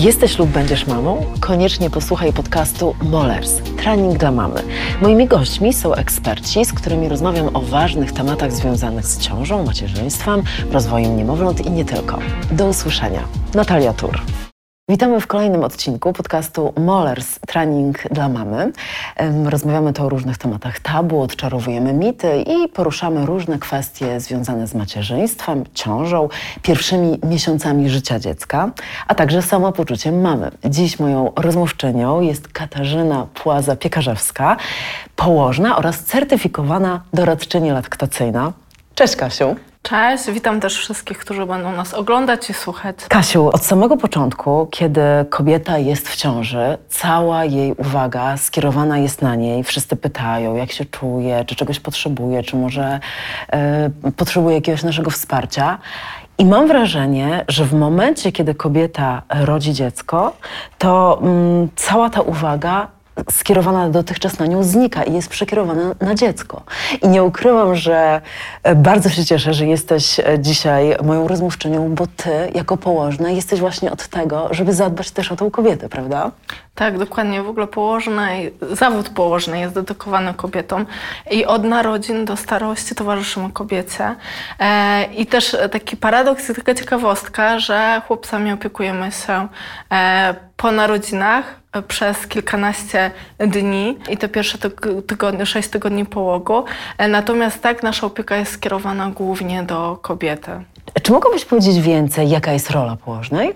Jesteś lub będziesz mamą? Koniecznie posłuchaj podcastu Mollers – Trening dla mamy. Moimi gośćmi są eksperci, z którymi rozmawiam o ważnych tematach związanych z ciążą, macierzyństwem, rozwojem niemowląt i nie tylko. Do usłyszenia. Natalia Tur. Witamy w kolejnym odcinku podcastu Mollers – Trening dla mamy. Rozmawiamy tu o różnych tematach tabu, odczarowujemy mity i poruszamy różne kwestie związane z macierzyństwem, ciążą, pierwszymi miesiącami życia dziecka, a także samopoczuciem mamy. Dziś moją rozmówczynią jest Katarzyna Płaza-Piekarzewska, położna oraz certyfikowana doradczyni laktacyjna. Cześć, Kasiu. Cześć, witam też wszystkich, którzy będą nas oglądać i słuchać. Kasiu, od samego początku, kiedy kobieta jest w ciąży, cała jej uwaga skierowana jest na niej. Wszyscy pytają, jak się czuje, czy czegoś potrzebuje, czy może potrzebuje jakiegoś naszego wsparcia. I mam wrażenie, że w momencie, kiedy kobieta rodzi dziecko, to cała ta uwaga skierowana dotychczas na nią znika i jest przekierowana na dziecko. I nie ukrywam, że bardzo się cieszę, że jesteś dzisiaj moją rozmówczynią, bo ty jako położna jesteś właśnie od tego, żeby zadbać też o tą kobietę, prawda? Tak, dokładnie. W ogóle zawód położny jest dedykowany kobietom i od narodzin do starości towarzyszymy kobiecie. I też taki paradoks i taka ciekawostka, że chłopcami opiekujemy się po narodzinach przez kilkanaście dni i te pierwsze 6 tygodni połogu. Natomiast tak, nasza opieka jest skierowana głównie do kobiety. Czy mogłabyś powiedzieć więcej, jaka jest rola położnej?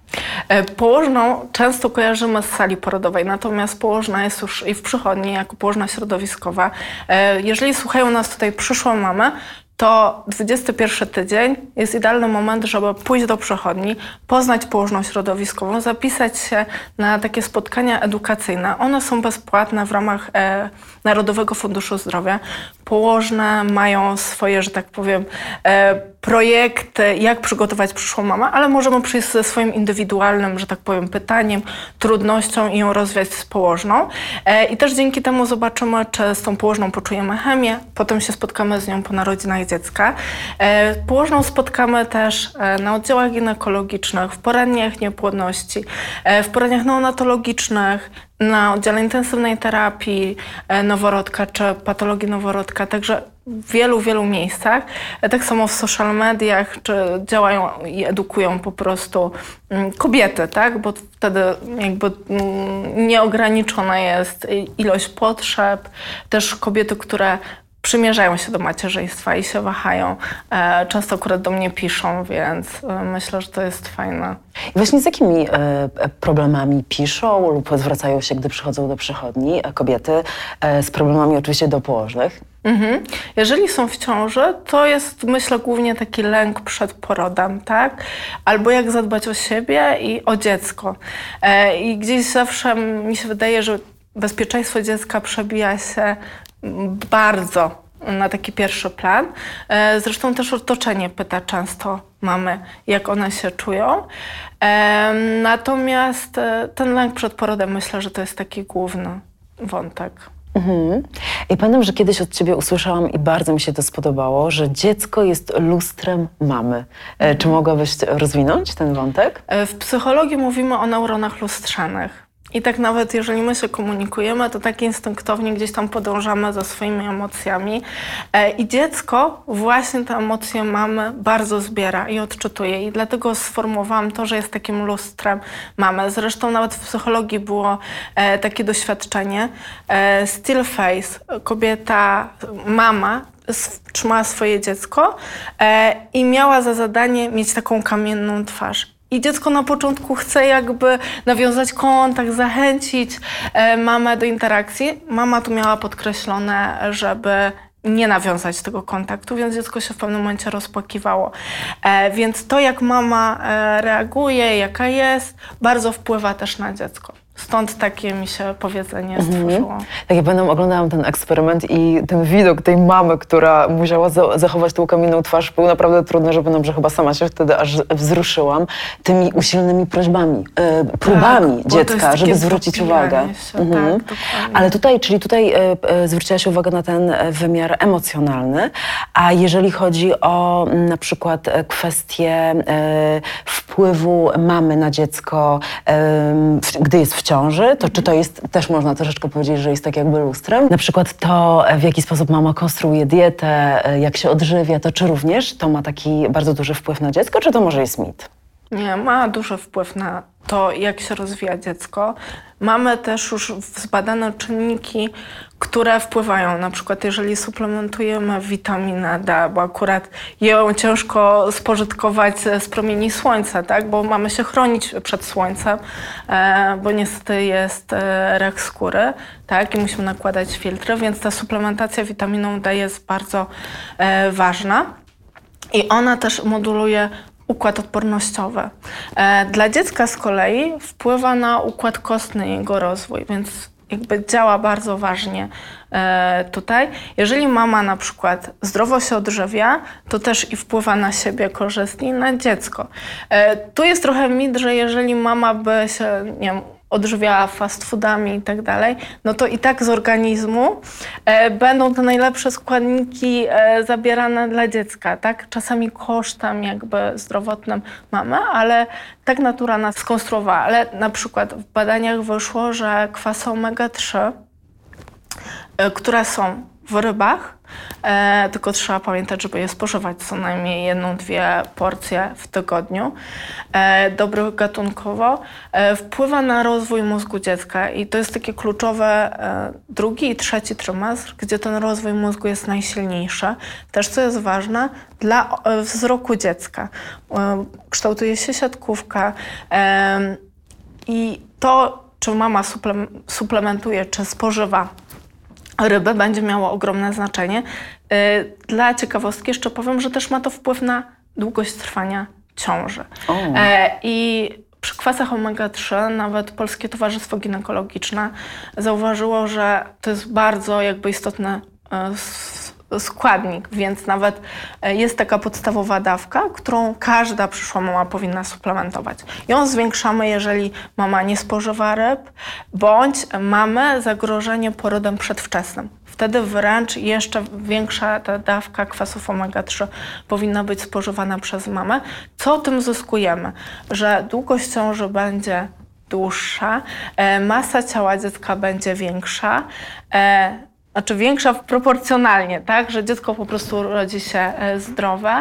Położną często kojarzymy z sali porodowej, natomiast położna jest już i w przychodni jako położna środowiskowa. Jeżeli słuchają nas tutaj przyszłe mamy, to 21 tydzień jest idealny moment, żeby pójść do przychodni, poznać położną środowiskową, zapisać się na takie spotkania edukacyjne. One są bezpłatne w ramach Narodowego Funduszu Zdrowia. Położne mają swoje, że tak powiem, projekty, jak przygotować przyszłą mamę, ale możemy przyjść ze swoim indywidualnym, że tak powiem, pytaniem, trudnością i ją rozwiać z położną. I też dzięki temu zobaczymy, czy z tą położną poczujemy chemię, potem się spotkamy z nią po narodzinach dziecka. Położną spotkamy też na oddziałach ginekologicznych, w poradniach niepłodności, w poradniach neonatologicznych, na oddziale intensywnej terapii noworodka czy patologii noworodka, także w wielu miejscach. Tak samo w social mediach, czy działają i edukują po prostu kobiety, tak? Bo wtedy jakby nieograniczona jest ilość potrzeb. Też kobiety, które przymierzają się do macierzyństwa i się wahają. Często akurat do mnie piszą, więc myślę, że to jest fajne. I właśnie z jakimi problemami piszą lub zwracają się, gdy przychodzą do przychodni kobiety? Z problemami oczywiście do położnych. Jeżeli są w ciąży, to jest, myślę, głównie taki lęk przed porodem, tak? Albo jak zadbać o siebie i o dziecko. I gdzieś zawsze mi się wydaje, że bezpieczeństwo dziecka przebija się bardzo na taki pierwszy plan. Zresztą też otoczenie pyta często mamy, jak one się czują. Natomiast ten lęk przed porodem, myślę, że to jest taki główny wątek. I pamiętam, że kiedyś od ciebie usłyszałam i bardzo mi się to spodobało, że dziecko jest lustrem mamy. Czy mogłabyś rozwinąć ten wątek? W psychologii mówimy o neuronach lustrzanych. I tak nawet jeżeli my się komunikujemy, to tak instynktownie gdzieś tam podążamy za swoimi emocjami. I dziecko właśnie te emocje mamy bardzo zbiera i odczytuje. I dlatego sformułowałam to, że jest takim lustrem mamy. Zresztą nawet w psychologii było takie doświadczenie. Still face, kobieta, mama, trzymała swoje dziecko i miała za zadanie mieć taką kamienną twarz. I dziecko na początku chce jakby nawiązać kontakt, zachęcić mamę do interakcji. Mama tu miała podkreślone, żeby nie nawiązać tego kontaktu, więc dziecko się w pewnym momencie rozpłakiwało. Więc to, jak mama reaguje, jaka jest, bardzo wpływa też na dziecko. Stąd takie mi się powiedzenie stworzyło. Tak, ja pamiętam, oglądałam ten eksperyment i ten widok tej mamy, która musiała zachować tą kamienną twarz, był naprawdę trudny, że pamiętam, że chyba sama się wtedy aż wzruszyłam tymi usilnymi próbami dziecka, żeby zwrócić uwagę. Tak, dokładnie. Ale tutaj zwróciłaś uwagę na ten wymiar emocjonalny, a jeżeli chodzi o na przykład kwestię wpływu mamy na dziecko, gdy jest w ciąży, to czy to jest, też można troszeczkę powiedzieć, że jest tak jakby lustrem? Na przykład to, w jaki sposób mama konstruuje dietę, jak się odżywia, to czy również to ma taki bardzo duży wpływ na dziecko, czy to może jest mit? Nie, ma duży wpływ na to, jak się rozwija dziecko. Mamy też już zbadane czynniki, które wpływają. Na przykład jeżeli suplementujemy witaminę D, bo akurat ją ciężko spożytkować z promieni słońca, tak? Bo mamy się chronić przed słońcem, bo niestety jest rak skóry, tak? I musimy nakładać filtry, więc ta suplementacja witaminą D jest bardzo ważna. I ona też moduluje układ odpornościowy. Dla dziecka z kolei wpływa na układ kostny i jego rozwój, więc jakby działa bardzo ważnie tutaj. Jeżeli mama na przykład zdrowo się odżywia, to też i wpływa na siebie korzystnie i na dziecko. Tu jest trochę mit, że jeżeli mama by się, nie wiem, odżywiała fast foodami i tak dalej, no to i tak z organizmu będą te najlepsze składniki zabierane dla dziecka, tak? Czasami kosztem jakby zdrowotnym mamy, ale tak natura nas skonstruowała. Ale na przykład w badaniach wyszło, że kwasy omega-3, które są w rybach, tylko trzeba pamiętać, żeby je spożywać co najmniej 1-2 porcje w tygodniu, dobrych gatunkowo, wpływa na rozwój mózgu dziecka i to jest takie kluczowe drugi i trzeci trymestr, gdzie ten rozwój mózgu jest najsilniejszy. Też co jest ważne, dla wzroku dziecka. Kształtuje się siatkówka i to, czy mama suplementuje, czy spożywa ryby, będzie miało ogromne znaczenie. Dla ciekawostki jeszcze powiem, że też ma to wpływ na długość trwania ciąży. I przy kwasach omega-3 nawet Polskie Towarzystwo Ginekologiczne zauważyło, że to jest bardzo jakby istotny składnik, więc nawet jest taka podstawowa dawka, którą każda przyszła mama powinna suplementować. Ją zwiększamy, jeżeli mama nie spożywa ryb, bądź mamy zagrożenie porodem przedwczesnym. Wtedy wręcz jeszcze większa ta dawka kwasów omega-3 powinna być spożywana przez mamę. Co tym zyskujemy? Że długość ciąży będzie dłuższa, masa ciała dziecka będzie większa, znaczy większa proporcjonalnie, tak, że dziecko po prostu rodzi się zdrowe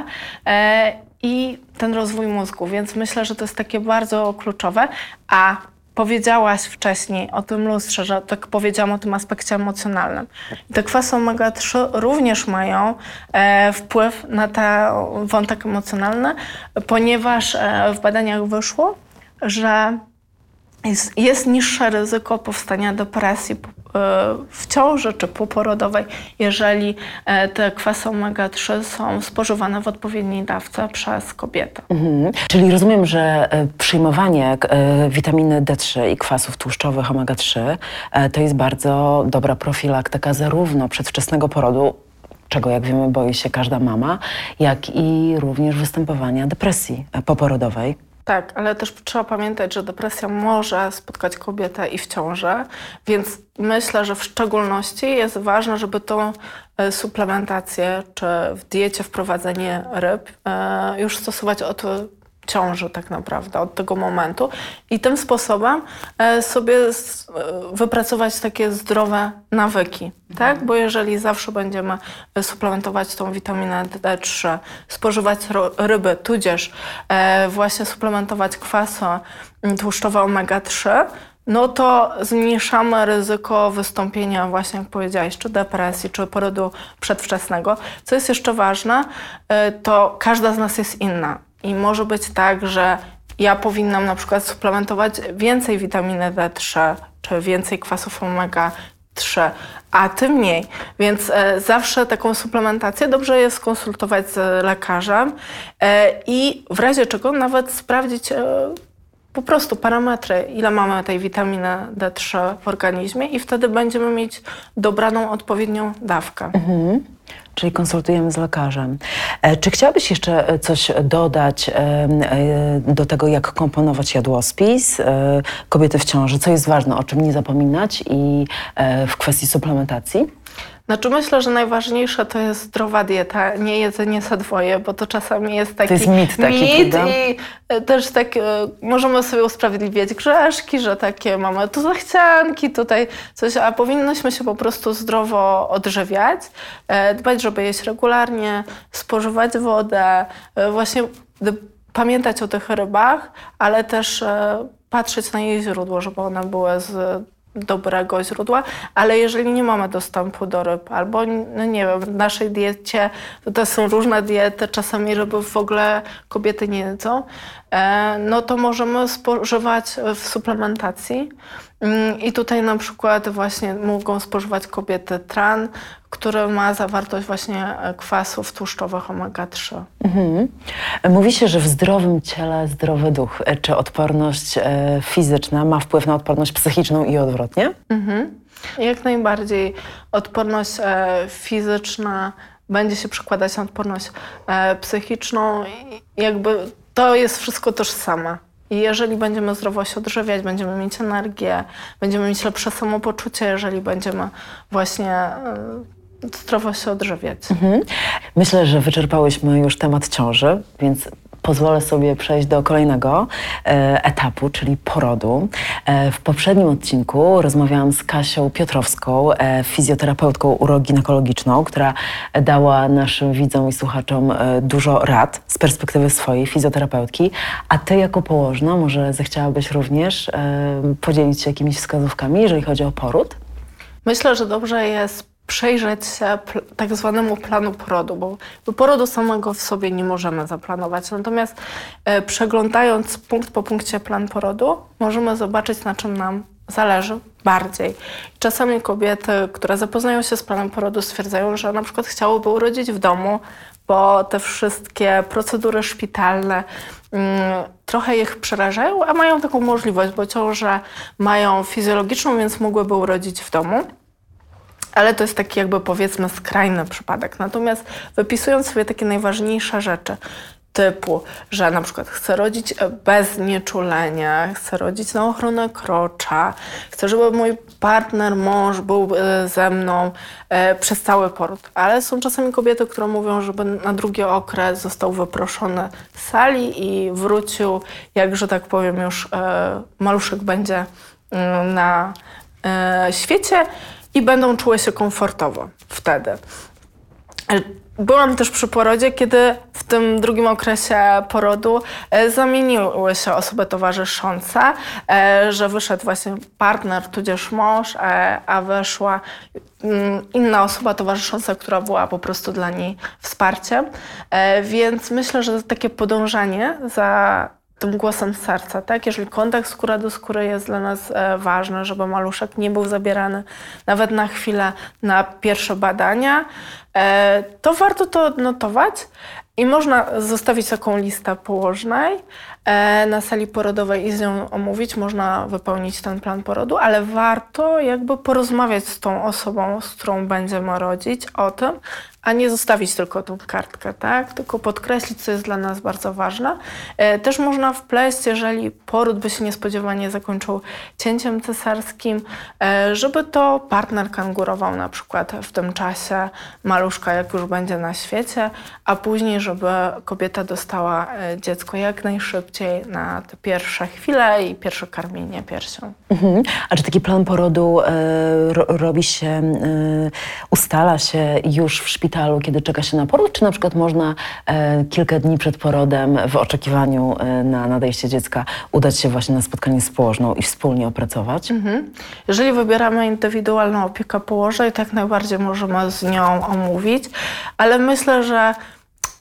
i ten rozwój mózgu, więc myślę, że to jest takie bardzo kluczowe. A powiedziałaś wcześniej o tym lustrze, że tak powiedziałam o tym aspekcie emocjonalnym. Te kwasy omega-3 również mają wpływ na ten wątek emocjonalny, ponieważ w badaniach wyszło, że jest niższe ryzyko powstania depresji w ciąży czy poporodowej, jeżeli te kwasy omega-3 są spożywane w odpowiedniej dawce przez kobietę. Czyli rozumiem, że przyjmowanie witaminy D3 i kwasów tłuszczowych omega-3 to jest bardzo dobra profilaktyka zarówno przedwczesnego porodu, czego jak wiemy boi się każda mama, jak i również występowania depresji poporodowej. Tak, ale też trzeba pamiętać, że depresja może spotkać kobietę i w ciąży, więc myślę, że w szczególności jest ważne, żeby tą suplementację czy w diecie wprowadzenie ryb już stosować od ciąży tak naprawdę, od tego momentu i tym sposobem sobie wypracować takie zdrowe nawyki, tak? Bo jeżeli zawsze będziemy suplementować tą witaminę D3, spożywać ryby, tudzież właśnie suplementować kwasy tłuszczowe omega-3, no to zmniejszamy ryzyko wystąpienia właśnie, jak powiedziałaś, czy depresji, czy porodu przedwczesnego. Co jest jeszcze ważne, to każda z nas jest inna. I może być tak, że ja powinnam na przykład suplementować więcej witaminy D3 czy więcej kwasów omega-3, a ty mniej. Więc zawsze taką suplementację dobrze jest skonsultować z lekarzem i w razie czego nawet sprawdzić po prostu parametry, ile mamy tej witaminy D3 w organizmie i wtedy będziemy mieć dobraną odpowiednią dawkę. Czyli konsultujemy z lekarzem. Czy chciałabyś jeszcze coś dodać do tego, jak komponować jadłospis kobiety w ciąży? Co jest ważne, o czym nie zapominać i w kwestii suplementacji? Znaczy myślę, że najważniejsze to jest zdrowa dieta, nie jedzenie za dwoje, bo to czasami jest taki to jest mit taki, prawda? I też tak możemy sobie usprawiedliwiać grzeszki, że takie mamy tu zachcianki, tutaj coś, a powinnyśmy się po prostu zdrowo odżywiać, dbać, żeby jeść regularnie, spożywać wodę, właśnie pamiętać o tych rybach, ale też patrzeć na jej źródło, żeby one były z dobrego źródła, ale jeżeli nie mamy dostępu do ryb albo, no nie wiem, w naszej diecie, to są różne diety, czasami ryby w ogóle kobiety nie jedzą, no to możemy spożywać w suplementacji i tutaj na przykład właśnie mogą spożywać kobiety tran, który ma zawartość właśnie kwasów tłuszczowych omega-3. Mówi się, że w zdrowym ciele zdrowy duch. Czy odporność fizyczna ma wpływ na odporność psychiczną i odwrotnie? Jak najbardziej. Odporność fizyczna będzie się przekładać na odporność psychiczną. Jakby to jest wszystko tożsame. I jeżeli będziemy zdrowo się odżywiać, będziemy mieć energię, będziemy mieć lepsze samopoczucie, jeżeli będziemy właśnie zdrowo się odżywiać. Myślę, że wyczerpałyśmy już temat ciąży, więc pozwolę sobie przejść do kolejnego etapu, czyli porodu. W poprzednim odcinku rozmawiałam z Kasią Piotrowską, fizjoterapeutką uroginekologiczną, która dała naszym widzom i słuchaczom dużo rad z perspektywy swojej fizjoterapeutki. A ty jako położna może zechciałabyś również podzielić się jakimiś wskazówkami, jeżeli chodzi o poród? Myślę, że dobrze jest przejrzeć się tak zwanemu planu porodu, bo porodu samego w sobie nie możemy zaplanować. Natomiast przeglądając punkt po punkcie plan porodu, możemy zobaczyć, na czym nam zależy bardziej. Czasami kobiety, które zapoznają się z planem porodu, stwierdzają, że na przykład chciałyby urodzić w domu, bo te wszystkie procedury szpitalne trochę ich przerażają, a mają taką możliwość, bo ciążę mają fizjologiczną, więc mogłyby urodzić w domu. Ale to jest taki jakby powiedzmy skrajny przypadek. Natomiast wypisując sobie takie najważniejsze rzeczy, typu, że na przykład chcę rodzić bez nieczulenia, chcę rodzić na ochronę krocza, chcę, żeby mój partner, mąż był ze mną przez cały poród. Ale są czasami kobiety, które mówią, żeby na drugi okres został wyproszony z sali i wrócił, jak, że tak powiem, już maluszek będzie na świecie i będą czuły się komfortowo wtedy. Byłam też przy porodzie, kiedy w tym drugim okresie porodu zamieniły się osoby towarzyszące, że wyszedł właśnie partner, tudzież mąż, a weszła inna osoba towarzysząca, która była po prostu dla niej wsparciem. Więc myślę, że takie podążanie za tym głosem serca, tak? Jeżeli kontakt skóra do skóry jest dla nas ważny, żeby maluszek nie był zabierany nawet na chwilę na pierwsze badania, to warto to odnotować i można zostawić taką listę położnej na sali porodowej i z nią omówić, można wypełnić ten plan porodu, ale warto jakby porozmawiać z tą osobą, z którą będziemy rodzić o tym, a nie zostawić tylko tą kartkę, tak? Tylko podkreślić, co jest dla nas bardzo ważne. Też można wpleść, jeżeli poród by się niespodziewanie zakończył cięciem cesarskim, żeby to partner kangurował na przykład w tym czasie maluszka, jak już będzie na świecie, a później, żeby kobieta dostała dziecko jak najszybciej na te pierwsze chwile i pierwsze karmienie piersią. A czy taki plan porodu robi się, ustala się już w szpitalu, kiedy czeka się na poród, czy na przykład można kilka dni przed porodem w oczekiwaniu na nadejście dziecka udać się właśnie na spotkanie z położną i wspólnie opracować? Jeżeli wybieramy indywidualną opiekę położnej, tak najbardziej możemy z nią omówić, ale myślę, że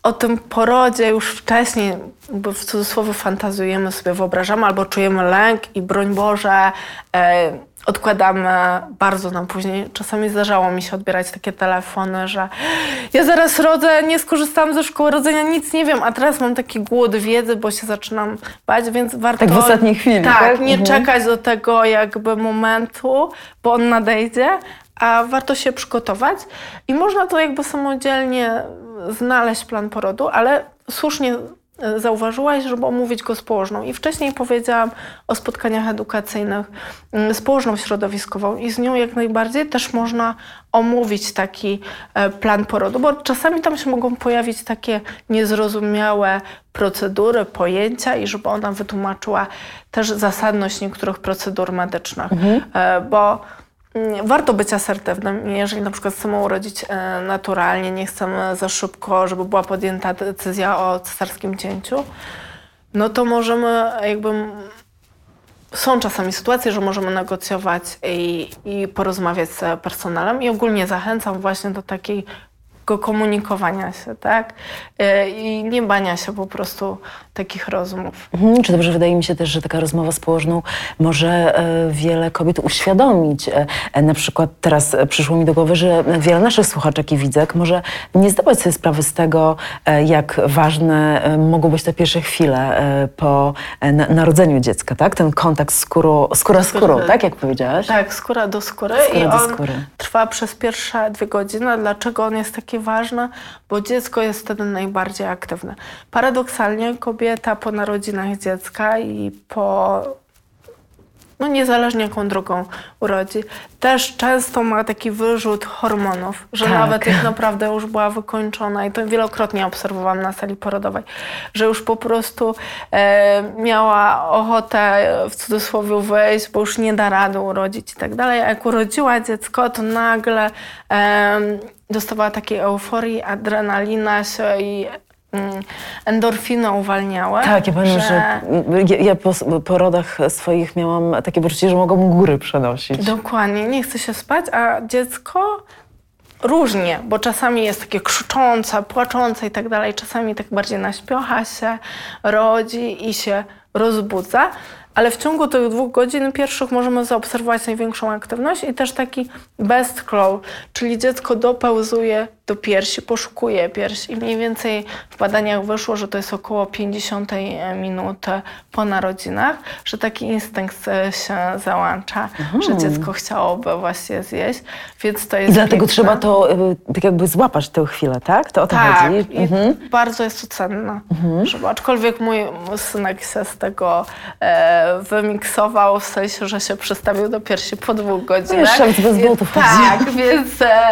o tym porodzie już wcześniej, jakby w cudzysłowie fantazjujemy sobie, wyobrażamy albo czujemy lęk i broń Boże odkładamy bardzo na później. Czasami zdarzało mi się odbierać takie telefony, że ja zaraz rodzę, nie skorzystałam ze szkoły rodzenia, nic nie wiem, a teraz mam taki głód wiedzy, bo się zaczynam bać, więc warto... Tak w ostatniej chwili, tak? Nie czekać do tego jakby momentu, bo on nadejdzie, a warto się przygotować i można to jakby samodzielnie znaleźć plan porodu, ale słusznie zauważyłaś, żeby omówić go z położną. I wcześniej powiedziałam o spotkaniach edukacyjnych z położną środowiskową i z nią jak najbardziej też można omówić taki plan porodu, bo czasami tam się mogą pojawić takie niezrozumiałe procedury, pojęcia i żeby ona wytłumaczyła też zasadność niektórych procedur medycznych, bo warto być asertywnym. Jeżeli na przykład chcemy urodzić naturalnie, nie chcemy za szybko, żeby była podjęta decyzja o cesarskim cięciu, no to możemy są czasami sytuacje, że możemy negocjować i porozmawiać z personelem i ogólnie zachęcam właśnie do takiego komunikowania się, tak? I nie bania się po prostu takich rozmów. Czy dobrze, wydaje mi się też, że taka rozmowa z położną może wiele kobiet uświadomić. Na przykład teraz przyszło mi do głowy, że wiele naszych słuchaczek i widzek może nie zdawać sobie sprawy z tego, jak ważne mogą być te pierwsze chwile po narodzeniu dziecka, tak? Ten kontakt skóra z skórą, tak? Jak powiedziałaś? Tak, skóra do skóry. I on trwa przez pierwsze 2 godziny. Dlaczego on jest taki ważny? Bo dziecko jest wtedy najbardziej aktywne. Paradoksalnie kobieta po narodzinach dziecka i niezależnie jaką drogą urodzi, też często ma taki wyrzut hormonów, że nawet jak naprawdę już była wykończona i to wielokrotnie obserwowałam na sali porodowej, że już po prostu miała ochotę w cudzysłowie wyjść, bo już nie da rady urodzić i tak dalej. A jak urodziła dziecko, to nagle dostawała takiej euforii, adrenalina się i endorfiny uwalniały. Tak, ja pamiętam, że ja po rodach swoich miałam takie poczucie, że mogą góry przenosić. Dokładnie, nie chce się spać, a dziecko różnie, bo czasami jest takie krzyczące, płaczące i tak dalej, czasami tak bardziej naśpiocha się, rodzi i się rozbudza. Ale w ciągu tych 2 godzin pierwszych możemy zaobserwować największą aktywność i też taki best crawl, czyli dziecko dopełzuje do piersi, poszukuje piersi i mniej więcej w badaniach wyszło, że to jest około 50 minuty po narodzinach, że taki instynkt się załącza, że dziecko chciałoby właśnie zjeść, więc to jest I dlatego piękne. trzeba to tak jakby złapać tę chwilę, tak? To o to chodzi? I bardzo jest to cenne, żeby, aczkolwiek mój synek się z tego wymiksował, w sensie, że się przestawił do piersi po 2 godzinach. Jeszcze bez butów chodzi. Tak, więc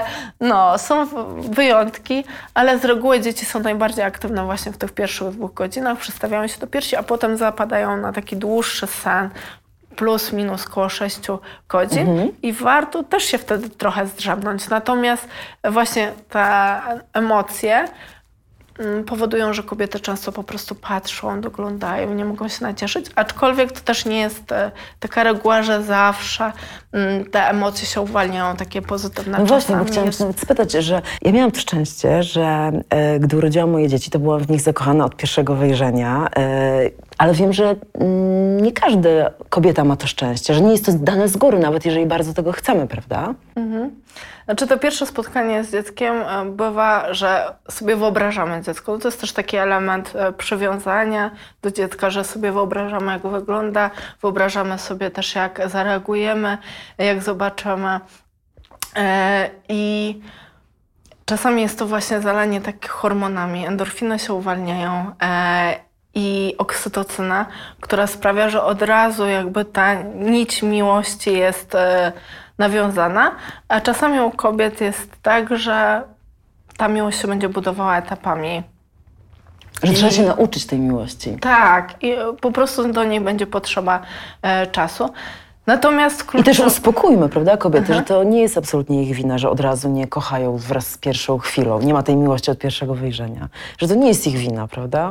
są wyjątki, ale z reguły dzieci są najbardziej aktywne właśnie w tych pierwszych 2 godzinach, przestawiają się do piersi, a potem zapadają na taki dłuższy sen, plus minus koło 6 godzin i warto też się wtedy trochę zdrzemnąć. Natomiast właśnie te emocje powodują, że kobiety często po prostu patrzą, doglądają, nie mogą się nacieszyć, aczkolwiek to też nie jest taka reguła, że zawsze te emocje się uwalniają, takie pozytywne. No właśnie, bo chciałam nawet spytać, że ja miałam to szczęście, że gdy urodziłam moje dzieci, to byłam w nich zakochana od pierwszego wejrzenia, ale wiem, że nie każda kobieta ma to szczęście, że nie jest to dane z góry, nawet jeżeli bardzo tego chcemy, prawda? Znaczy to pierwsze spotkanie z dzieckiem bywa, że sobie wyobrażamy dziecko. To jest też taki element przywiązania do dziecka, że sobie wyobrażamy, jak wygląda, wyobrażamy sobie też, jak zareagujemy, jak zobaczymy. I czasami jest to właśnie zalanie takich hormonami. Endorfiny się uwalniają i oksytocyna, która sprawia, że od razu jakby ta nić miłości jest nawiązana, a czasami u kobiet jest tak, że ta miłość się będzie budowała etapami. Że trzeba się nauczyć tej miłości. Tak, i po prostu do niej będzie potrzeba czasu. Natomiast I też uspokójmy, prawda, kobiety, że to nie jest absolutnie ich wina, że od razu nie kochają wraz z pierwszą chwilą. Nie ma tej miłości od pierwszego wejrzenia. Że to nie jest ich wina, prawda?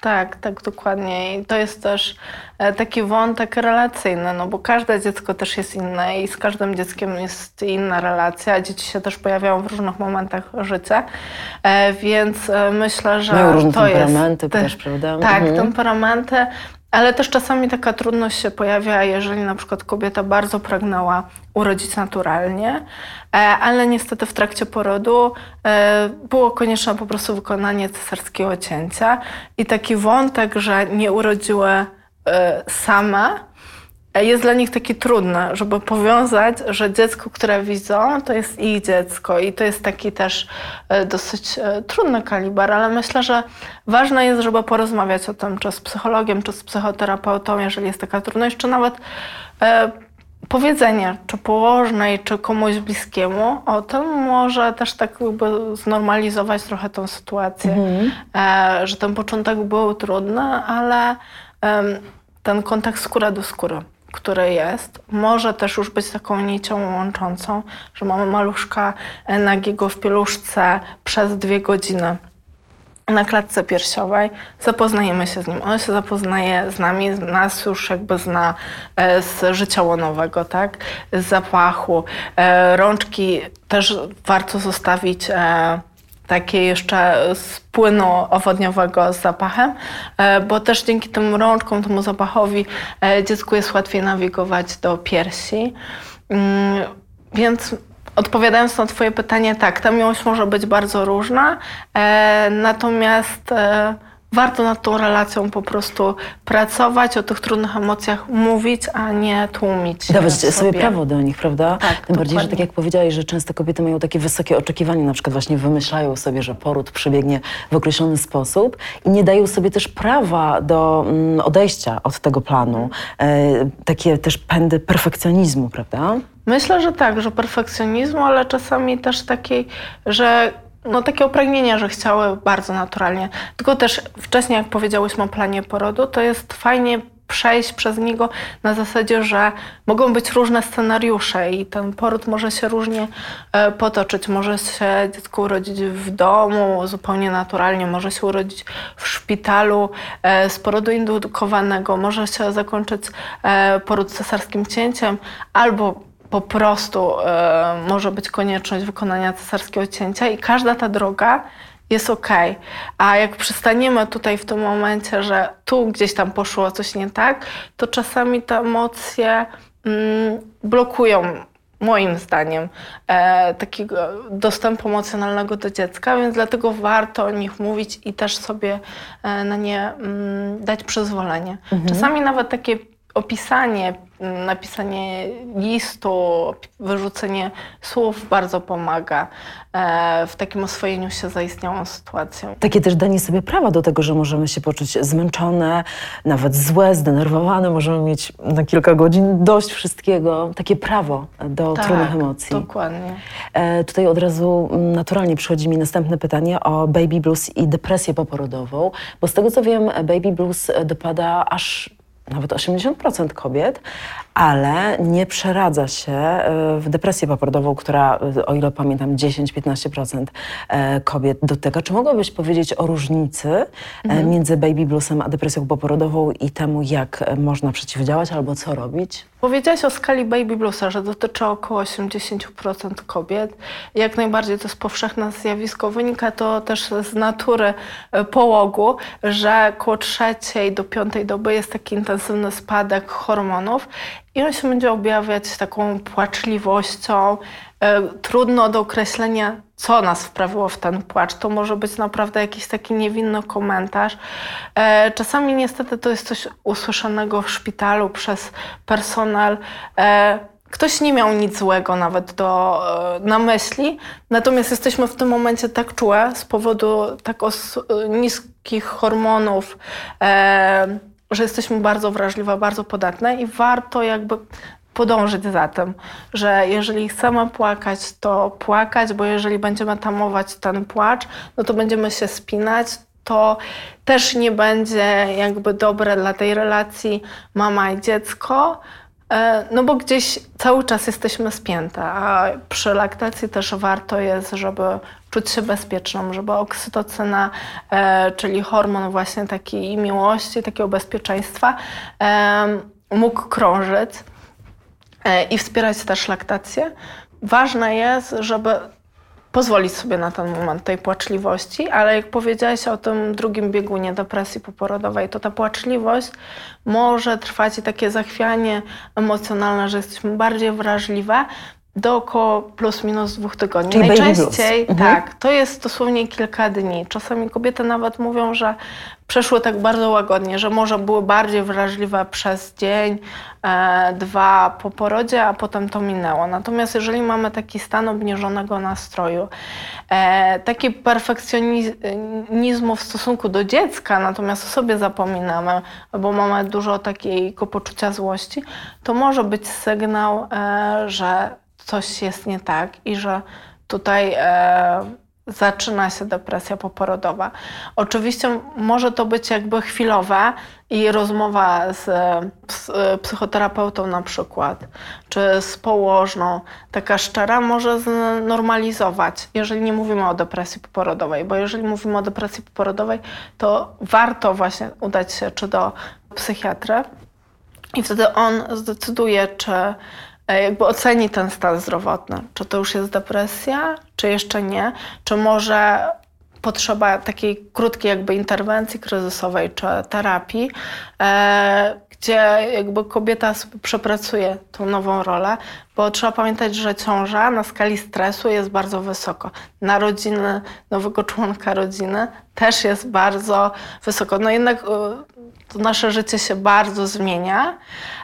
Tak, dokładnie. I to jest też taki wątek relacyjny, no bo każde dziecko też jest inne i z każdym dzieckiem jest inna relacja. Dzieci się też pojawiają w różnych momentach życia, więc myślę, że mają różne to temperamenty jest... też, prawda? Tak, temperamenty. Ale też czasami taka trudność się pojawia, jeżeli na przykład kobieta bardzo pragnęła urodzić naturalnie, ale niestety w trakcie porodu było konieczne po prostu wykonanie cesarskiego cięcia i taki wątek, że nie urodziły same, jest dla nich taki trudny, żeby powiązać, że dziecko, które widzą, to jest ich dziecko i to jest taki też dosyć trudny kaliber, ale myślę, że ważne jest, żeby porozmawiać o tym, czy z psychologiem, czy z psychoterapeutą, jeżeli jest taka trudność, czy nawet powiedzenie, czy położnej, czy komuś bliskiemu o tym może też tak jakby znormalizować trochę tą sytuację, że ten początek był trudny, ale ten kontakt skóra do skóry, który jest, może też już być taką nicią łączącą, że mamy maluszka nagiego w pieluszce przez 2 godziny na klatce piersiowej, zapoznajemy się z nim. On się zapoznaje z nami, nas już jakby zna z życia łonowego, tak? Z zapachu. Rączki też warto zostawić takie jeszcze z płynu owodniowego z zapachem, bo też dzięki tym rączkom, temu zapachowi dziecku jest łatwiej nawigować do piersi. Więc odpowiadając na twoje pytanie, tak, ta miłość może być bardzo różna, natomiast warto nad tą relacją po prostu pracować, o tych trudnych emocjach mówić, a nie tłumić. Dawać sobie prawo do nich, prawda? Tak, tym bardziej, że tak jak powiedziałeś, że często kobiety mają takie wysokie oczekiwania, na przykład właśnie wymyślają sobie, że poród przebiegnie w określony sposób i nie dają sobie też prawa do odejścia od tego planu. Takie też pędy perfekcjonizmu, prawda? Myślę, że tak, że perfekcjonizmu, ale czasami też takiej, że takie pragnienia, że chciały bardzo naturalnie. Tylko też wcześniej, jak powiedziałyśmy o planie porodu, to jest fajnie przejść przez niego na zasadzie, że mogą być różne scenariusze i ten poród może się różnie potoczyć. Może się dziecko urodzić w domu zupełnie naturalnie, może się urodzić w szpitalu z porodu indukowanego, może się zakończyć poród cesarskim cięciem albo po prostu może być konieczność wykonania cesarskiego cięcia i każda ta droga jest okej. A jak przystaniemy tutaj w tym momencie, że tu gdzieś tam poszło coś nie tak, to czasami te emocje blokują, moim zdaniem, takiego dostępu emocjonalnego do dziecka, więc dlatego warto o nich mówić i też sobie na nie dać przyzwolenie. Czasami nawet takie napisanie listu, wyrzucenie słów bardzo pomaga w takim oswojeniu się zaistniałą sytuacją. Takie też danie sobie prawa do tego, że możemy się poczuć zmęczone, nawet złe, zdenerwowane, możemy mieć na kilka godzin dość wszystkiego. Takie prawo do trudnych emocji. Dokładnie. Tutaj od razu naturalnie przychodzi mi następne pytanie o baby blues i depresję poporodową, bo z tego co wiem, baby blues dopada aż nawet 80% kobiet, ale nie przeradza się w depresję poporodową, która, o ile pamiętam, 10-15% kobiet dotyka. Czy mogłabyś powiedzieć o różnicy między baby bluesem a depresją poporodową i temu, jak można przeciwdziałać albo co robić? Powiedziałaś o skali baby bluesa, że dotyczy około 80% kobiet. Jak najbardziej to jest powszechne zjawisko. Wynika to też z natury połogu, że koło 3. do 5. doby jest taki intensywny spadek hormonów i on się będzie objawiać taką płaczliwością. Trudno do określenia, co nas wprawiło w ten płacz. To może być naprawdę jakiś taki niewinny komentarz. Czasami niestety to jest coś usłyszanego w szpitalu przez personel. Ktoś nie miał nic złego nawet na myśli, natomiast jesteśmy w tym momencie tak czułe z powodu tak niskich hormonów, że jesteśmy bardzo wrażliwe, bardzo podatne i warto jakby podążyć za tym, że jeżeli chcemy płakać, to płakać, bo jeżeli będziemy tamować ten płacz, no to będziemy się spinać, to też nie będzie jakby dobre dla tej relacji mama i dziecko, No bo gdzieś cały czas jesteśmy spięte, a przy laktacji też warto jest, żeby czuć się bezpieczną, żeby oksytocyna, czyli hormon właśnie takiej miłości, takiego bezpieczeństwa, mógł krążyć i wspierać też laktację. Ważne jest, żeby pozwolić sobie na ten moment tej płaczliwości, ale jak powiedziałaś o tym drugim biegunie depresji poporodowej, to ta płaczliwość może trwać i takie zachwianie emocjonalne, że jesteśmy bardziej wrażliwe do około plus minus 2 tygodni. Czyli najczęściej tak, to jest dosłownie kilka dni. Czasami kobiety nawet mówią, że przeszły tak bardzo łagodnie, że może były bardziej wrażliwe przez dzień, 2 po porodzie, a potem to minęło. Natomiast jeżeli mamy taki stan obniżonego nastroju, taki perfekcjonizmu w stosunku do dziecka, natomiast o sobie zapominamy, albo mamy dużo takiego poczucia złości, to może być sygnał, że coś jest nie tak i że tutaj zaczyna się depresja poporodowa. Oczywiście może to być jakby chwilowe i rozmowa z psychoterapeutą na przykład, czy z położną, taka szczera, może znormalizować, jeżeli nie mówimy o depresji poporodowej, bo jeżeli mówimy o depresji poporodowej, to warto właśnie udać się czy do psychiatry i wtedy on zdecyduje, czy jakby oceni ten stan zdrowotny. Czy to już jest depresja, czy jeszcze nie? Czy może potrzeba takiej krótkiej jakby interwencji kryzysowej, czy terapii, gdzie jakby kobieta sobie przepracuje tą nową rolę, bo trzeba pamiętać, że ciąża na skali stresu jest bardzo wysoko. Narodziny nowego członka rodziny też jest bardzo wysoko. No jednak to nasze życie się bardzo zmienia.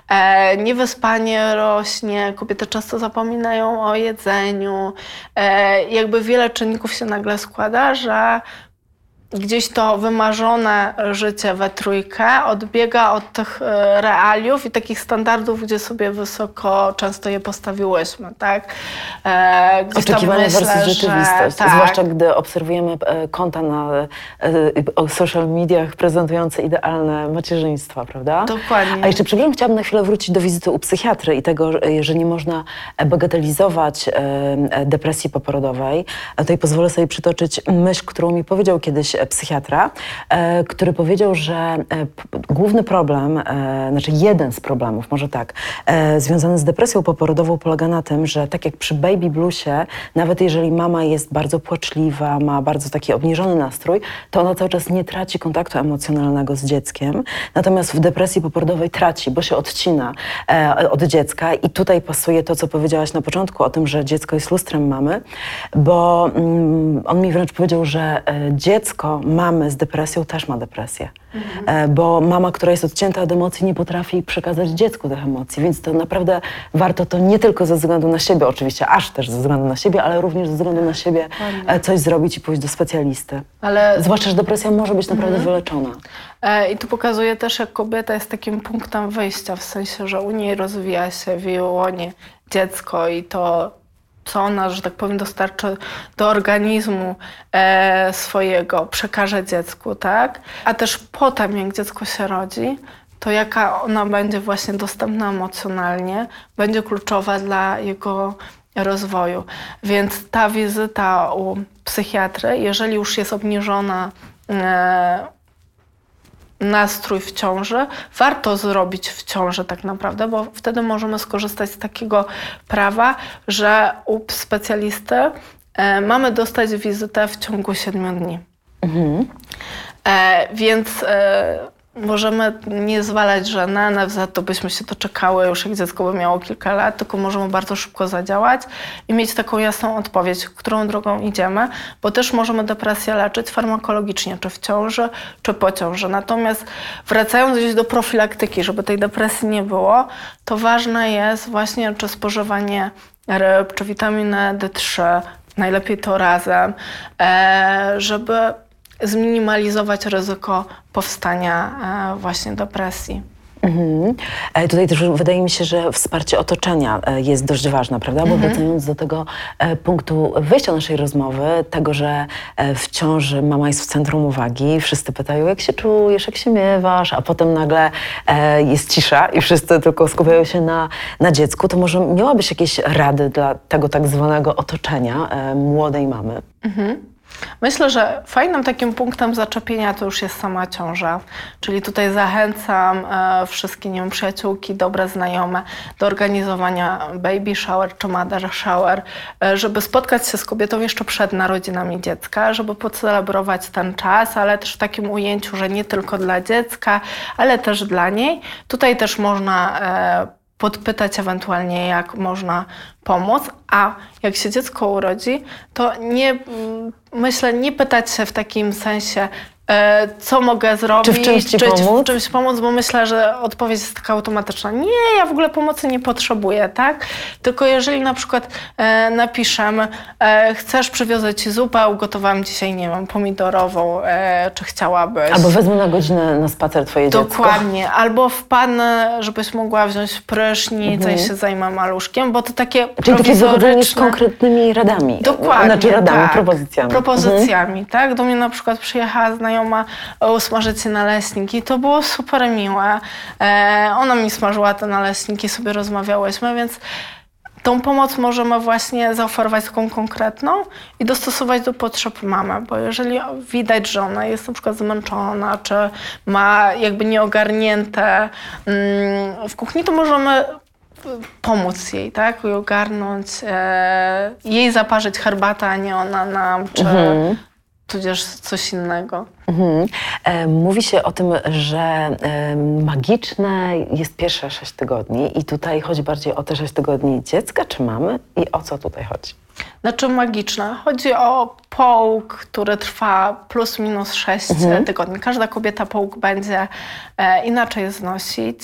Niewyspanie rośnie, kobiety często zapominają o jedzeniu. Jakby wiele czynników się nagle składa, że gdzieś to wymarzone życie we trójkę odbiega od tych realiów i takich standardów, gdzie sobie wysoko często je postawiłyśmy, tak? Oczekiwania versus rzeczywistość, tak. Zwłaszcza gdy obserwujemy konta na social mediach prezentujące idealne macierzyństwa, prawda? Dokładnie. A jeszcze, przepraszam, chciałabym na chwilę wrócić do wizyty u psychiatry i tego, że nie można bagatelizować depresji poporodowej. Tutaj pozwolę sobie przytoczyć myśl, którą mi powiedział kiedyś psychiatra, który powiedział, że główny problem, znaczy jeden z problemów, może tak, związany z depresją poporodową polega na tym, że tak jak przy baby bluesie, nawet jeżeli mama jest bardzo płaczliwa, ma bardzo taki obniżony nastrój, to ona cały czas nie traci kontaktu emocjonalnego z dzieckiem. Natomiast w depresji poporodowej traci, bo się odcina od dziecka i tutaj pasuje to, co powiedziałaś na początku o tym, że dziecko jest lustrem mamy, bo on mi wręcz powiedział, że dziecko mamy z depresją też ma depresję. Bo mama, która jest odcięta od emocji, nie potrafi przekazać dziecku tych emocji, więc to naprawdę warto to nie tylko ze względu na siebie, oczywiście aż też ze względu na siebie, ale również ze względu na siebie coś zrobić i pójść do specjalisty. Zwłaszcza, że depresja może być naprawdę wyleczona. I tu pokazuje też, jak kobieta jest takim punktem wyjścia, w sensie, że u niej rozwija się w jej łonie dziecko i to, co ona, że tak powiem, dostarczy do organizmu swojego, przekaże dziecku, tak? A też potem, jak dziecko się rodzi, to jaka ona będzie właśnie dostępna emocjonalnie, będzie kluczowa dla jego rozwoju. Więc ta wizyta u psychiatry, jeżeli już jest obniżona nastrój w ciąży, warto zrobić w ciąży tak naprawdę, bo wtedy możemy skorzystać z takiego prawa, że u specjalisty mamy dostać wizytę w ciągu 7 dni. Więc możemy nie zwalać, że na NFZ to byśmy się doczekały już jak dziecko by miało kilka lat, tylko możemy bardzo szybko zadziałać i mieć taką jasną odpowiedź, którą drogą idziemy, bo też możemy depresję leczyć farmakologicznie, czy w ciąży, czy po ciąży. Natomiast wracając gdzieś do profilaktyki, żeby tej depresji nie było, to ważne jest właśnie, czy spożywanie ryb, czy witaminy D3, najlepiej to razem, żeby zminimalizować ryzyko powstania właśnie depresji. Tutaj też wydaje mi się, że wsparcie otoczenia jest dość ważne, prawda? Bo wracając do tego punktu wyjścia naszej rozmowy, tego, że w ciąży mama jest w centrum uwagi, wszyscy pytają, jak się czujesz, jak się miewasz, a potem nagle jest cisza i wszyscy tylko skupiają się na dziecku, to może miałabyś jakieś rady dla tego tak zwanego otoczenia młodej mamy? Myślę, że fajnym takim punktem zaczepienia to już jest sama ciąża. Czyli tutaj zachęcam wszystkie, nie wiem, przyjaciółki, dobre znajome do organizowania baby shower czy mother shower, żeby spotkać się z kobietą jeszcze przed narodzinami dziecka, żeby pocelebrować ten czas, ale też w takim ujęciu, że nie tylko dla dziecka, ale też dla niej. Tutaj też można podpytać ewentualnie, jak można pomóc, a jak się dziecko urodzi, to nie pytać się w takim sensie, co mogę zrobić, czy w czymś ci pomóc? W czymś pomóc, bo myślę, że odpowiedź jest taka automatyczna. Nie, ja w ogóle pomocy nie potrzebuję, tak? Tylko jeżeli na przykład napiszemy, chcesz, przywiozę ci zupę, ugotowałam dzisiaj, nie wiem, pomidorową, czy chciałabyś. Albo wezmę na godzinę na spacer twoje dziecko. Dokładnie. Albo wpadnę, żebyś mogła wziąć prysznic, i się zajmę maluszkiem, bo to takie Czyli takie zachodzenie z konkretnymi radami. Dokładnie, Znaczy radami, tak. propozycjami. Propozycjami, tak? Do mnie na przykład przyjechała znajoma usmażyć się naleśniki. To było super miłe. Ona mi smażyła te naleśniki, sobie rozmawiałyśmy, więc tą pomoc możemy właśnie zaoferować taką konkretną i dostosować do potrzeb mamy, bo jeżeli widać, że ona jest na przykład zmęczona, czy ma jakby nieogarnięte w kuchni, to możemy pomóc jej, tak? I ogarnąć, jej zaparzyć herbatę, a nie ona nam, czy tudzież coś innego. Mówi się o tym, że magiczne jest pierwsze 6 tygodni i tutaj chodzi bardziej o te 6 tygodni dziecka czy mamy i o co tutaj chodzi? Znaczy magiczne. Chodzi o połóg, który trwa plus minus 6 tygodni. Każda kobieta połóg będzie inaczej znosić,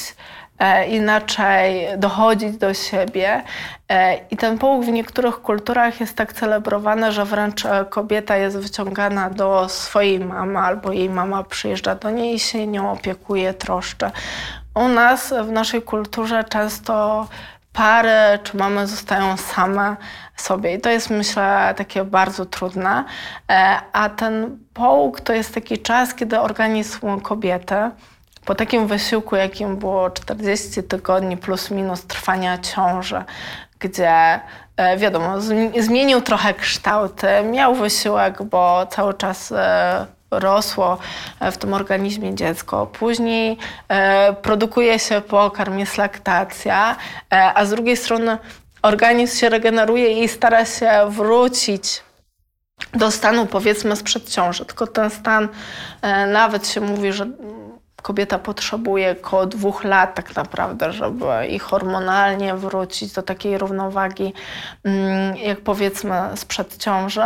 inaczej dochodzić do siebie. I ten połóg w niektórych kulturach jest tak celebrowany, że wręcz kobieta jest wyciągana do swojej mamy albo jej mama przyjeżdża do niej i się nią opiekuje, troszczy. U nas, w naszej kulturze często pary czy mamy zostają same sobie i to jest, myślę, takie bardzo trudne. A ten połóg to jest taki czas, kiedy organizm kobiety po takim wysiłku, jakim było 40 tygodni plus minus trwania ciąży, gdzie wiadomo, zmienił trochę kształty, miał wysiłek, bo cały czas rosło w tym organizmie dziecko. Później produkuje się pokarm, jest laktacja, a z drugiej strony organizm się regeneruje i stara się wrócić do stanu, powiedzmy, sprzed ciąży. Tylko ten stan, nawet się mówi, że kobieta potrzebuje około 2 lat tak naprawdę, żeby i hormonalnie wrócić do takiej równowagi, jak powiedzmy sprzed ciąży.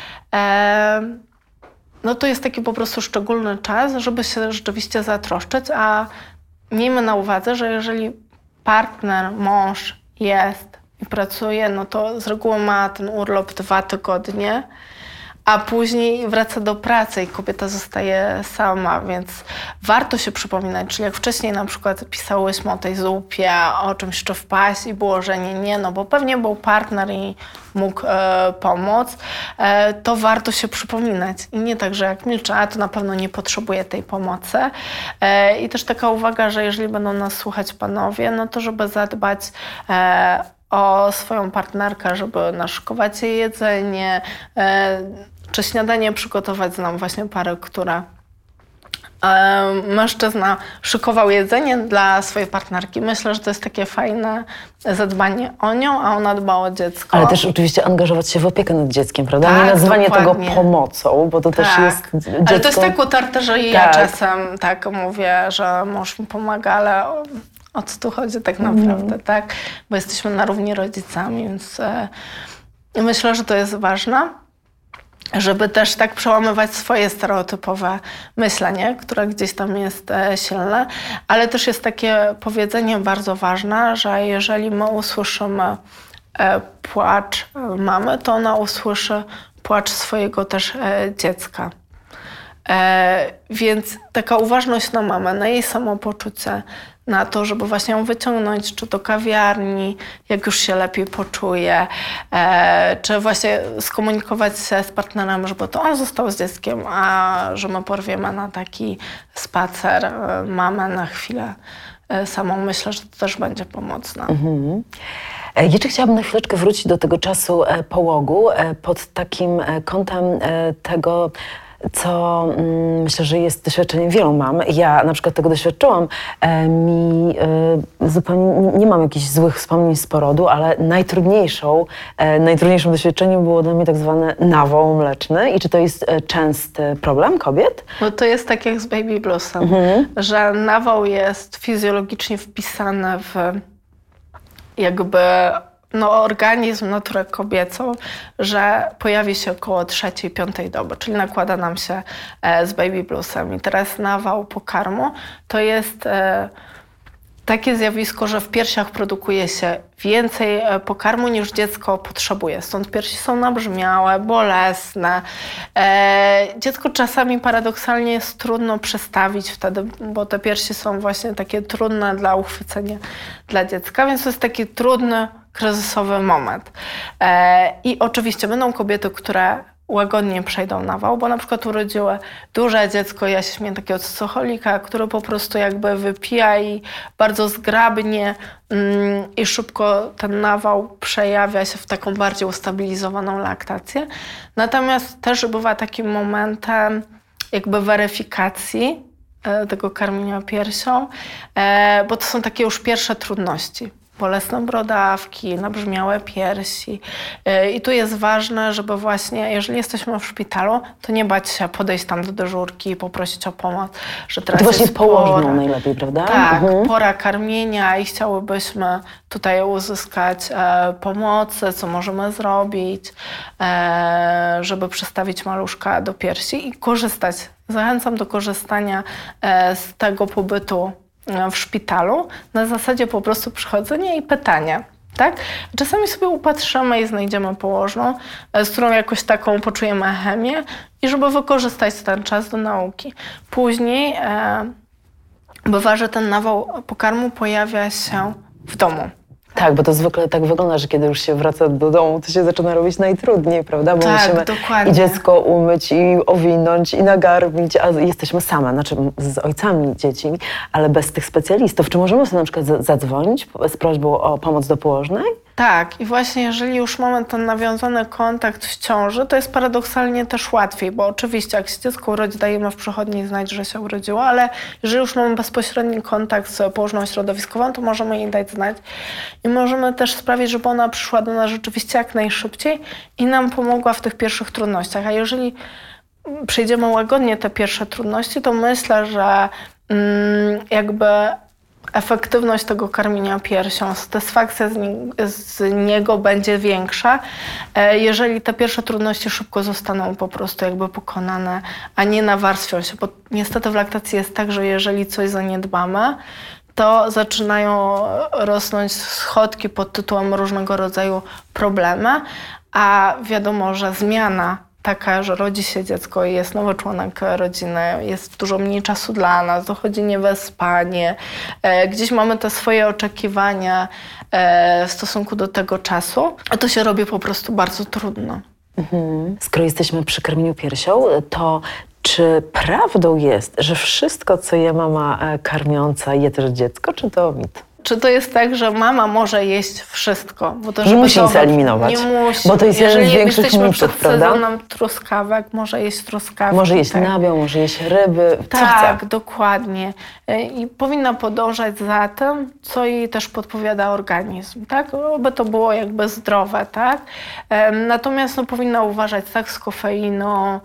No to jest taki po prostu szczególny czas, żeby się rzeczywiście zatroszczyć, a miejmy na uwadze, że jeżeli partner, mąż jest i pracuje, no to z reguły ma ten urlop 2 tygodnie, a później wraca do pracy i kobieta zostaje sama, więc warto się przypominać, czyli jak wcześniej na przykład pisałyśmy o tej zupie, o czymś jeszcze wpaść i było, że nie, no bo pewnie był partner i mógł pomóc, to warto się przypominać. I nie tak, że jak milczę, to na pewno nie potrzebuję tej pomocy. I też taka uwaga, że jeżeli będą nas słuchać panowie, no to żeby zadbać o swoją partnerkę, żeby naszykować jej jedzenie, czy śniadanie przygotować. Znam właśnie parę, która mężczyzna szykował jedzenie dla swojej partnerki. Myślę, że to jest takie fajne zadbanie o nią, a ona dba o dziecko. Ale też oczywiście angażować się w opiekę nad dzieckiem, prawda? Tak, nie nazywanie dokładnie. tego pomocą, bo to też jest dziecko... Ale to jest tak utarte, że ja czasem tak mówię, że mąż mi pomaga, ale o co tu chodzi tak naprawdę, tak? Bo jesteśmy na równi rodzicami, więc myślę, że to jest ważne, żeby też tak przełamywać swoje stereotypowe myślenie, które gdzieś tam jest silne, ale też jest takie powiedzenie bardzo ważne, że jeżeli my usłyszymy płacz mamy, to ona usłyszy płacz swojego też dziecka. Więc taka uważność na mamę, na jej samopoczucie, na to, żeby właśnie ją wyciągnąć, czy do kawiarni, jak już się lepiej poczuje, czy właśnie skomunikować się z partnerem, żeby to on został z dzieckiem, a że my porwiemy na taki spacer mamę na chwilę samą. Myślę, że to też będzie pomocne. Jeszcze chciałabym na chwileczkę wrócić do tego czasu połogu pod takim kątem tego, co myślę, że jest doświadczeniem wielu mam. Ja na przykład tego doświadczyłam. Zupełnie nie mam jakichś złych wspomnień z porodu, ale najtrudniejszym doświadczeniem było dla mnie tak zwany nawał mleczny. I czy to jest częsty problem kobiet? No to jest tak jak z baby bluesem, że nawał jest fizjologicznie wpisany w jakby organizm, naturę kobiecą, że pojawi się około 3-5 doby, czyli nakłada nam się z baby bluesem. I teraz nawał pokarmu to jest takie zjawisko, że w piersiach produkuje się więcej pokarmu niż dziecko potrzebuje. Stąd piersi są nabrzmiałe, bolesne. Dziecko czasami paradoksalnie jest trudno przestawić wtedy, bo te piersi są właśnie takie trudne dla uchwycenia dla dziecka, więc to jest taki trudny, kryzysowy moment. I oczywiście będą kobiety, które łagodnie przejdą nawał, bo na przykład urodziły duże dziecko, ja się śmieję takiego cocholika, który po prostu jakby wypija i bardzo zgrabnie i szybko ten nawał przejawia się w taką bardziej ustabilizowaną laktację. Natomiast też bywa takim momentem jakby weryfikacji tego karmienia piersią, bo to są takie już pierwsze trudności. Bolesne brodawki, nabrzmiałe piersi. I tu jest ważne, żeby właśnie, jeżeli jesteśmy w szpitalu, to nie bać się podejść tam do dyżurki i poprosić o pomoc, że teraz to właśnie jest z położną najlepiej, prawda? Tak, pora karmienia i chciałybyśmy tutaj uzyskać pomocy, co możemy zrobić, żeby przestawić maluszka do piersi i korzystać. Zachęcam do korzystania z tego pobytu w szpitalu na zasadzie po prostu przychodzenia i pytania. Tak? Czasami sobie upatrzymy i znajdziemy położną, z którą jakoś taką poczujemy chemię i żeby wykorzystać ten czas do nauki. Później bywa, że ten nawał pokarmu pojawia się w domu. Tak, bo to zwykle tak wygląda, że kiedy już się wraca do domu, to się zaczyna robić najtrudniej, prawda? Bo tak, musimy dokładnie. i dziecko umyć, i owinąć, i nagarmić, a jesteśmy same, znaczy z ojcami dzieci, ale bez tych specjalistów. Czy możemy sobie na przykład zadzwonić z prośbą o pomoc do położnej? Tak, i właśnie jeżeli już mamy ten nawiązany kontakt w ciąży, to jest paradoksalnie też łatwiej, bo oczywiście jak się dziecko urodzi, dajemy w przychodni znać, że się urodziło, ale jeżeli już mamy bezpośredni kontakt z położną środowiskową, to możemy jej dać znać i możemy też sprawić, żeby ona przyszła do nas rzeczywiście jak najszybciej i nam pomogła w tych pierwszych trudnościach. A jeżeli przejdziemy łagodnie te pierwsze trudności, to myślę, że jakby efektywność tego karmienia piersią, satysfakcja z niego będzie większa, jeżeli te pierwsze trudności szybko zostaną po prostu jakby pokonane, a nie nawarstwią się. Bo niestety w laktacji jest tak, że jeżeli coś zaniedbamy, to zaczynają rosnąć schodki pod tytułem różnego rodzaju problemy, a wiadomo, że zmiana taka, że rodzi się dziecko i jest nowy członek rodziny, jest dużo mniej czasu dla nas, dochodzi niewyspanie, gdzieś mamy te swoje oczekiwania w stosunku do tego czasu, a to się robi po prostu bardzo trudno. Skoro jesteśmy przy karmieniu piersią, to czy prawdą jest, że wszystko, co je mama karmiąca, je też dziecko, czy to mit? Czy to jest tak, że mama może jeść wszystko? Bo to, nie musi nic eliminować. Nie musi. Bo to jest jeden z większych jesteśmy mitów, przed sezonem truskawek, może jeść truskawki. Może jeść tak. nabiał, może jeść ryby, co tak, chce. Dokładnie. I powinna podążać za tym, co jej też podpowiada organizm, tak? By to było jakby zdrowe, tak? Natomiast powinna uważać tak z kofeiną,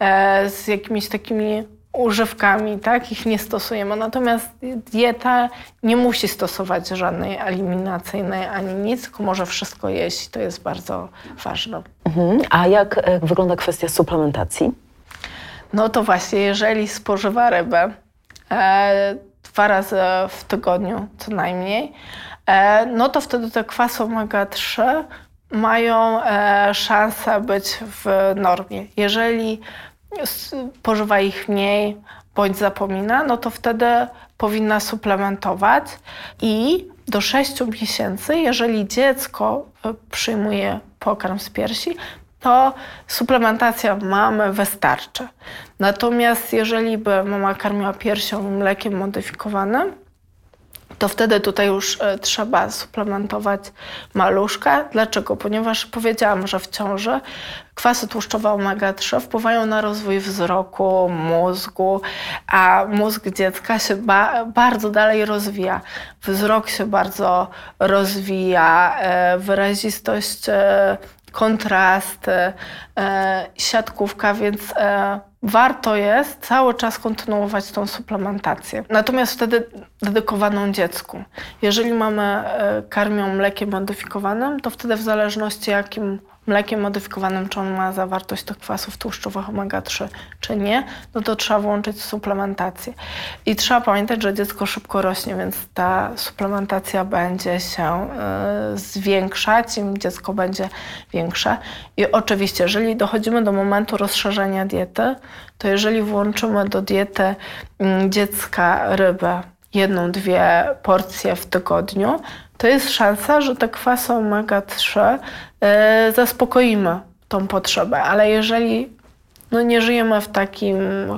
z jakimiś takimi używkami, tak? Ich nie stosujemy. Natomiast dieta nie musi stosować żadnej eliminacyjnej ani nic, tylko może wszystko jeść. To jest bardzo ważne. A jak wygląda kwestia suplementacji? No to właśnie, jeżeli spożywa rybę 2 razy w tygodniu co najmniej, no to wtedy te kwasy omega-3 mają szansę być w normie. Jeżeli spożywa ich mniej, bądź zapomina, no to wtedy powinna suplementować i do 6 miesięcy, jeżeli dziecko przyjmuje pokarm z piersi, to suplementacja mamy wystarczy. Natomiast jeżeli by mama karmiła piersią mlekiem modyfikowanym, to wtedy tutaj już trzeba suplementować maluszka. Dlaczego? Ponieważ powiedziałam, że w ciąży kwasy tłuszczowe omega-3 wpływają na rozwój wzroku, mózgu, a mózg dziecka się bardzo dalej rozwija. Wzrok się bardzo rozwija, wyrazistość, kontrasty, siatkówka, więc warto jest cały czas kontynuować tą suplementację. Natomiast wtedy dedykowaną dziecku. Jeżeli mamy karmią mlekiem modyfikowanym, to wtedy w zależności jakim mlekiem modyfikowanym, czy on ma zawartość tych kwasów tłuszczowych omega-3, czy nie, no to trzeba włączyć suplementację. I trzeba pamiętać, że dziecko szybko rośnie, więc ta suplementacja będzie się zwiększać, im dziecko będzie większe. I oczywiście, jeżeli dochodzimy do momentu rozszerzenia diety, to jeżeli włączymy do diety dziecka rybę 1-2 porcje w tygodniu, to jest szansa, że te kwasy omega-3 zaspokoimy tą potrzebę. Ale jeżeli nie żyjemy w takim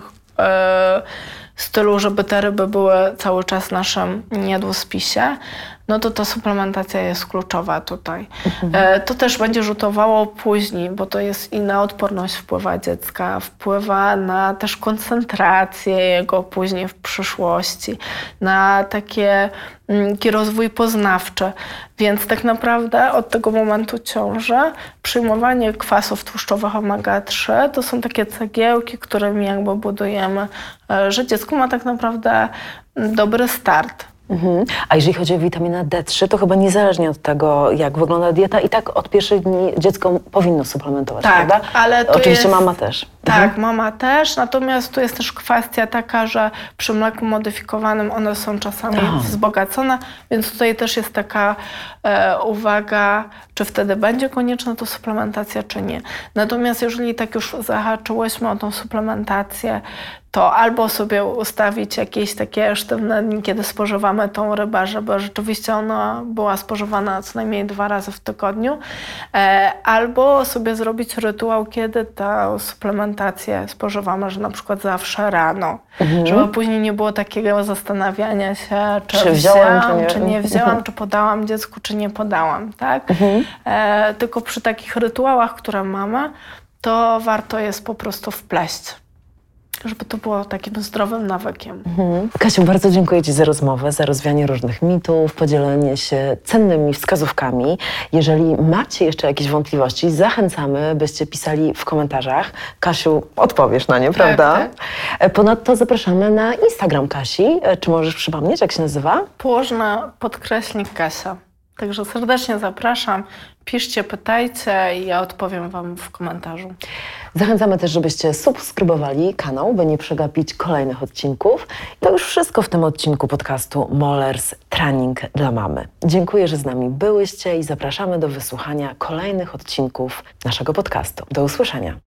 stylu, żeby te ryby były cały czas w naszym jadłospisie, no to ta suplementacja jest kluczowa tutaj. To też będzie rzutowało później, bo to jest i na odporność wpływa dziecka, wpływa na też koncentrację jego później w przyszłości, na taki rozwój poznawczy. Więc tak naprawdę od tego momentu ciąży przyjmowanie kwasów tłuszczowych omega-3 to są takie cegiełki, którymi jakby budujemy, że dziecko ma tak naprawdę dobry start. A jeżeli chodzi o witaminę D3, to chyba niezależnie od tego, jak wygląda dieta, i tak od pierwszych dni dziecko powinno suplementować, tak, prawda? Ale to oczywiście jest, mama też. Tak, mama też, natomiast tu jest też kwestia taka, że przy mleku modyfikowanym one są czasami wzbogacone, więc tutaj też jest taka uwaga, czy wtedy będzie konieczna to suplementacja, czy nie. Natomiast jeżeli tak już zahaczyłyśmy o tą suplementację, to albo sobie ustawić jakieś takie sztywne dni, kiedy spożywamy tą rybę, żeby rzeczywiście ona była spożywana co najmniej 2 razy w tygodniu, albo sobie zrobić rytuał, kiedy tę suplementację spożywamy, że na przykład zawsze rano, żeby później nie było takiego zastanawiania się, czy wzięłam, czy nie wzięłam, czy podałam dziecku, czy nie podałam, tak? Tylko przy takich rytuałach, które mamy, to warto jest po prostu wpleść, żeby to było takim zdrowym nawykiem. Kasiu, bardzo dziękuję Ci za rozmowę, za rozwianie różnych mitów, podzielenie się cennymi wskazówkami. Jeżeli macie jeszcze jakieś wątpliwości, zachęcamy, byście pisali w komentarzach. Kasiu, odpowiesz na nie, prawda? Tak. Ponadto zapraszamy na Instagram Kasi. Czy możesz przypomnieć, jak się nazywa? _Kasia. Także serdecznie zapraszam. Piszcie, pytajcie i ja odpowiem Wam w komentarzu. Zachęcamy też, żebyście subskrybowali kanał, by nie przegapić kolejnych odcinków. To już wszystko w tym odcinku podcastu Mollers Trening dla Mamy. Dziękuję, że z nami byłyście i zapraszamy do wysłuchania kolejnych odcinków naszego podcastu. Do usłyszenia.